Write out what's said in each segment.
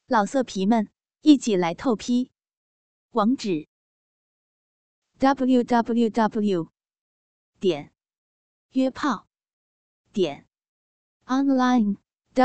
老色皮们，一起来透批！网址 www.约炮online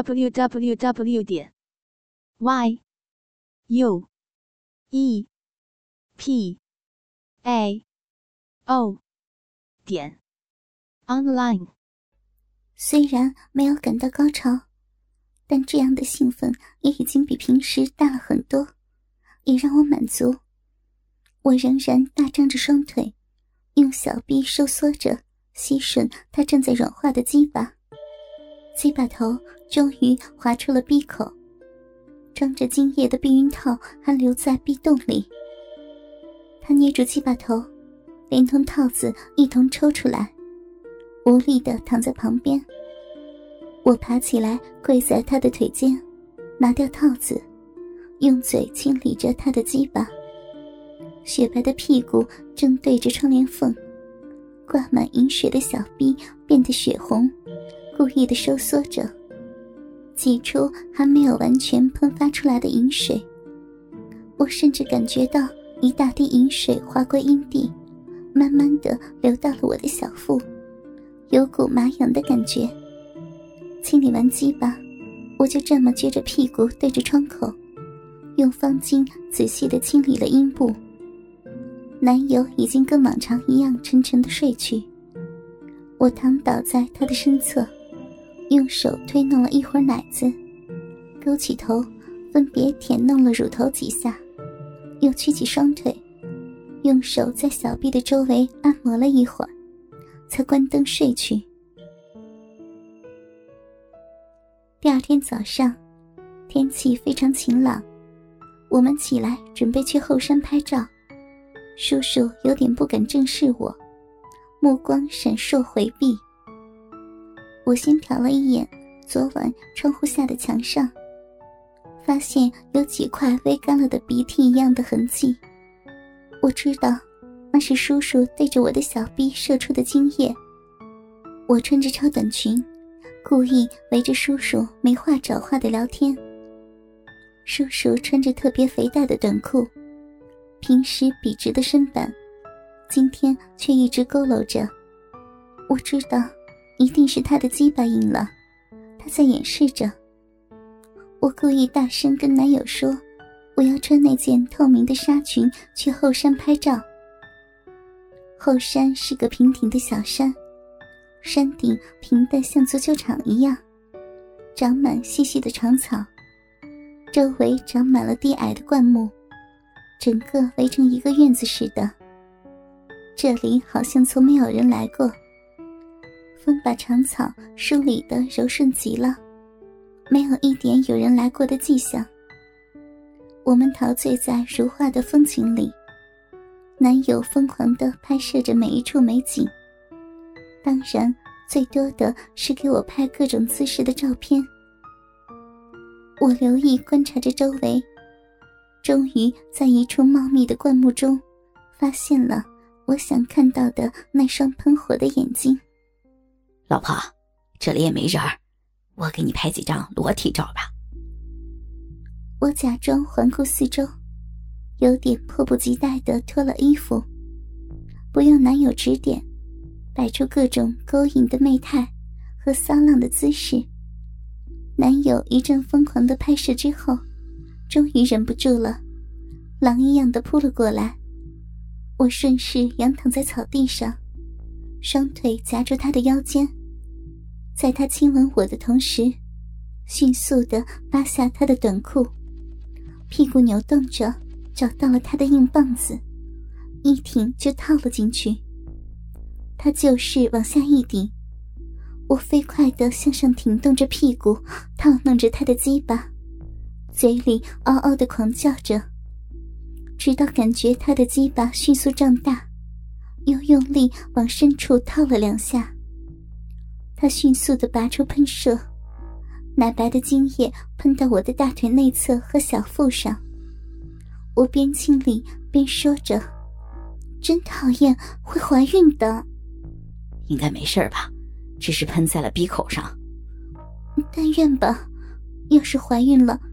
www.yuepao.online。 虽然没有感到高潮，但这样的兴奋也已经比平时大了很多，也让我满足。我仍然大张着双腿，用小臂收缩着吸吮他正在软化的鸡巴。鸡巴头终于滑出了闭口，装着精液的避孕套还留在壁洞里。他捏住鸡巴头，连同套子一同抽出来，无力地躺在旁边。我爬起来跪在他的腿间，拿掉套子，用嘴清理着他的鸡巴。雪白的屁股正对着窗帘缝，挂满饮水的小臂变得血红，故意地收缩着，挤出还没有完全喷发出来的饮水。我甚至感觉到一大滴饮水滑过阴蒂，慢慢地流到了我的小腹，有股麻痒的感觉。清理完鸡巴，我就这么撅着屁股对着窗口，用方巾仔细地清理了阴部。男友已经跟往常一样沉沉地睡去，我躺倒在他的身侧，用手推弄了一会儿奶子，勾起头分别舔弄了乳头几下，又曲起双腿，用手在小臂的周围按摩了一会儿，才关灯睡去。第二天早上，天气非常晴朗，我们起来准备去后山拍照。叔叔有点不敢正视我，目光闪烁回避。我先瞟了一眼昨晚窗户下的墙上，发现有几块微干了的鼻涕一样的痕迹。我知道那是叔叔对着我的小臂射出的精液。我穿着超短裙，故意围着叔叔没话找话的聊天。叔叔穿着特别肥大的短裤，平时笔直的身板，今天却一直佝偻着。我知道一定是他的鸡巴硬了，他在掩饰着。我故意大声跟男友说，我要穿那件透明的纱裙去后山拍照。后山是个平顶的小山，山顶平得像足球场一样，长满细细的长草，周围长满了低矮的灌木，整个围成一个院子似的。这里好像从没有人来过，风把长草梳理得柔顺极了，没有一点有人来过的迹象。我们陶醉在如画的风景里，男友疯狂地拍摄着每一处美景，当然最多的是给我拍各种姿势的照片。我留意观察着周围，终于在一处茂密的灌木中发现了我想看到的那双喷火的眼睛。 老婆，这里也没人，我给你拍几张裸体照吧。 我假装环顾四周，有点迫不及待地脱了衣服，不用男友指点，摆出各种勾引的媚态和骚浪的姿势。男友一阵疯狂的拍摄之后，终于忍不住了，狼一样的扑了过来。我顺势仰躺在草地上，双腿夹住他的腰间，在他亲吻我的同时，迅速地扒下他的短裤，屁股扭动着找到了他的硬棒子，一挺就套了进去。他就是往下一顶，我飞快地向上挺动着屁股，套弄着他的鸡巴，嘴里嗷嗷地狂叫着，直到感觉他的鸡巴迅速胀大，又用力往深处套了两下。他迅速地拔出喷射，奶白的精液喷到我的大腿内侧和小腹上。我边清理边说着，真讨厌，会怀孕的。 应该没事吧，只是喷在了鼻口上。 但愿吧，要是怀孕了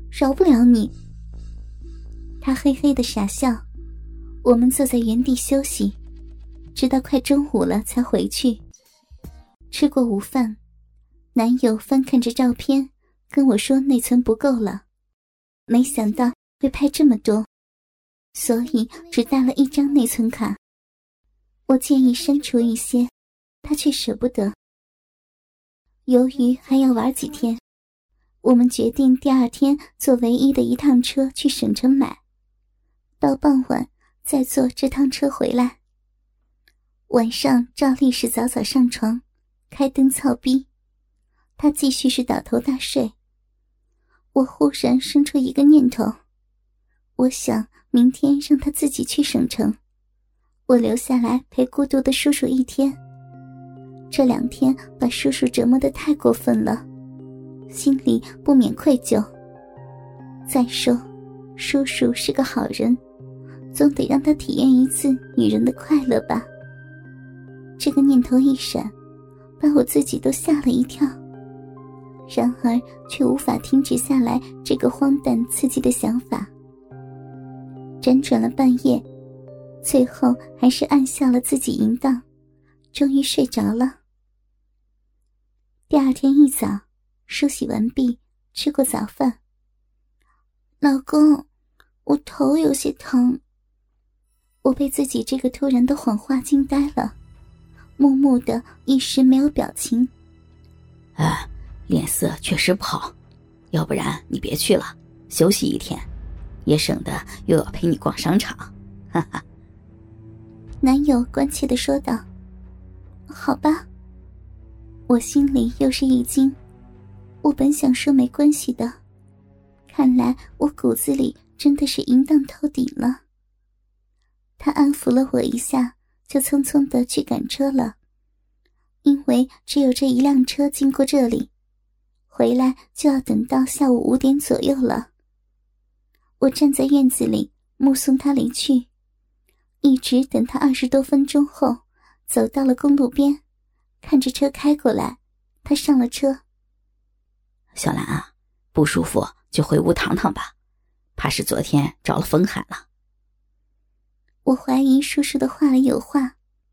饶不了你。他嘿嘿的傻笑。我们坐在原地休息，直到快中午了才回去。吃过午饭，男友翻看着照片跟我说内存不够了，没想到会拍这么多，所以只带了1张内存卡。我建议删除一些，他却舍不得。由于还要玩几天，我们决定第2天坐唯一的一趟车去省城买，到傍晚再坐这趟车回来。晚上照例是早早上床，开灯操逼，他继续是倒头大睡。我忽然生出一个念头，我想明天让他自己去省城，我留下来陪孤独的叔叔1天。这2天把叔叔折磨得太过分了，心里不免愧疚。再说叔叔是个好人，总得让他体验一次女人的快乐吧。这个念头一闪，把我自己都吓了一跳，然而却无法停止下来这个荒诞刺激的想法。辗转了半夜，最后还是按下了自己淫荡，终于睡着了。第2天一早，梳洗完毕，吃过早饭。老公，我头有些疼。我被自己这个突然的谎话惊呆了，木木的一时没有表情。 脸色确实不好，要不然你别去了，休息1天，也省得又要陪你逛商场，哈哈。 男友关切地说道。好吧。我心里又是一惊，我本想说没关系的，看来我骨子里真的是淫荡透顶了。他安抚了我一下，就匆匆地去赶车了，因为只有这1辆车经过这里，回来就要等到下午5点左右了。我站在院子里目送他离去，一直等他20多分钟后，走到了公路边，看着车开过来，他上了车。 小兰啊，不舒服就回屋躺躺吧，怕是昨天着了风寒了。 我怀疑叔叔的话里有话。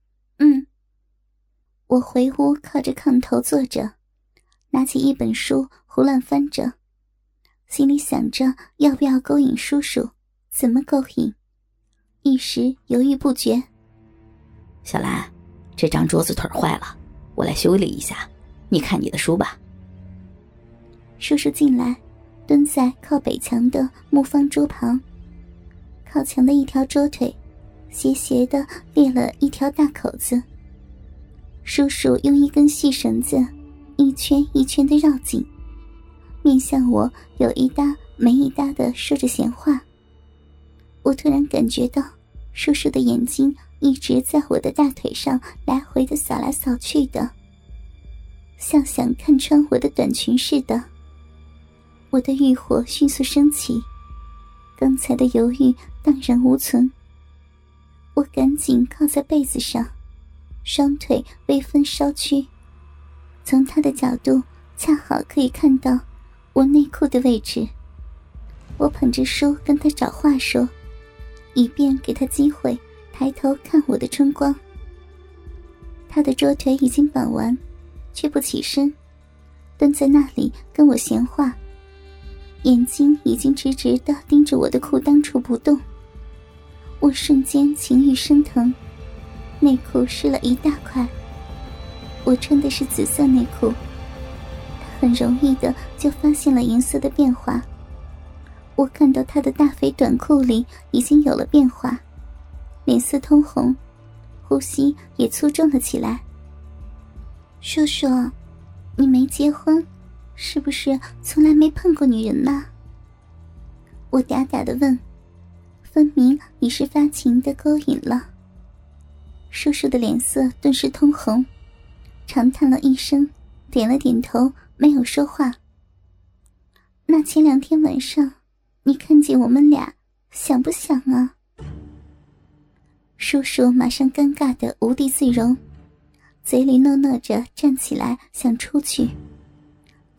我回屋靠着炕头坐着，拿起一本书胡乱翻着，心里想着要不要勾引叔叔，怎么勾引，一时犹豫不决。 小兰，这张桌子腿坏了，我来修理一下，你看你的书吧。 叔叔进来，蹲在靠北墙的木方桌旁，靠墙的一条桌腿斜斜地裂了一条大口子。叔叔用一根细绳子一圈一圈地绕紧，面向我有一搭没一搭地说着闲话。我突然感觉到叔叔的眼睛一直在我的大腿上来回地扫来扫去的，像想看穿我的短裙似的。我的欲火迅速升起，刚才的犹豫荡然无存。我赶紧靠在被子上，双腿微分稍屈，从他的角度恰好可以看到我内裤的位置。我捧着书跟他找话说，以便给他机会抬头看我的春光。他的桌腿已经绑完，却不起身，蹲在那里跟我闲话，眼睛已经直直地盯着我的裤裆处不动。我瞬间情欲升腾，内裤湿了一大块。我穿的是紫色内裤，他很容易的就发现了颜色的变化。我看到他的大肥短裤里已经有了变化，脸色通红，呼吸也粗重了起来。叔叔，你没结婚，是不是从来没碰过女人呢？我嗲嗲地问，分明已是发情的勾引了。叔叔的脸色顿时通红，长叹了一声，点了点头，没有说话。那前2天晚上你看见我们俩想不想啊？叔叔马上尴尬得无地自容，嘴里哝哝着站起来想出去，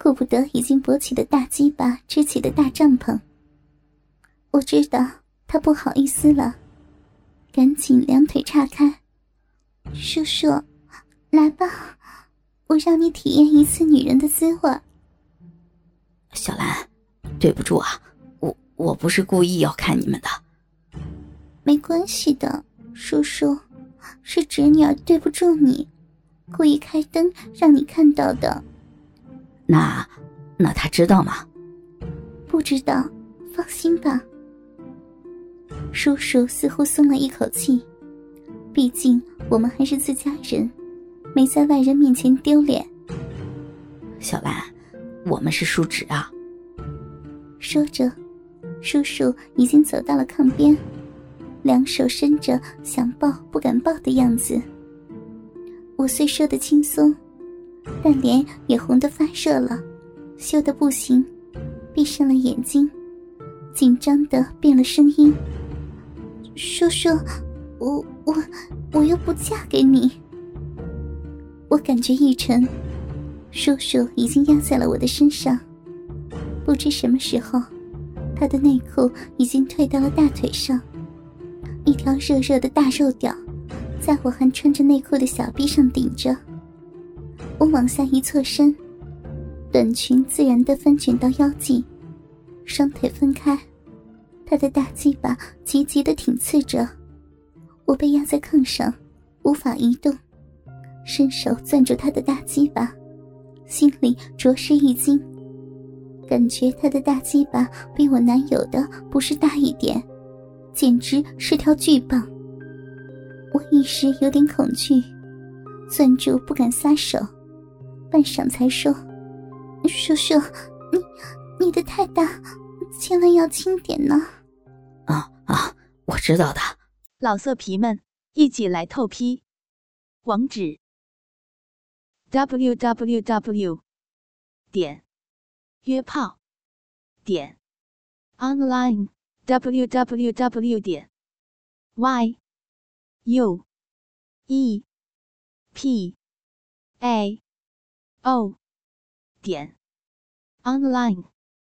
顾不得已经勃起的大鸡巴支起的大帐篷。我知道他不好意思了，赶紧两腿岔开。叔叔，来吧，我让你体验一次女人的滋味。 小兰，对不住啊，我不是故意要看你们的。 没关系的，叔叔，是侄女儿对不住你，故意开灯让你看到的。 那他知道吗？ 不知道，放心吧。叔叔似乎松了一口气，毕竟我们还是自家人，没在外人面前丢脸。 小兰，我们是叔侄啊。 说着，叔叔已经走到了炕边，两手伸着想抱不敢抱的样子。我虽说得轻松，但脸也红得发热了，羞得不行，闭上了眼睛，紧张地变了声音：叔叔，我又不嫁给你。我感觉一沉，叔叔已经压在了我的身上，不知什么时候他的内裤已经退到了大腿上，一条热热的大肉屌在我还穿着内裤的小臂上顶着。我往下一错身，短裙自然地翻卷到腰际，双腿分开，他的大鸡巴急急地挺刺着。我被压在炕上，无法移动，伸手攥住他的大鸡巴，心里着实一惊，感觉他的大鸡巴比我男友的不是大一点，简直是条巨棒。我一时有点恐惧，攥住不敢撒手，半晌才说：叔叔，你的太大，千万要轻点呢。 我知道的。 老色皮们，一起来透批！网址 www.约炮online www.yuepao.online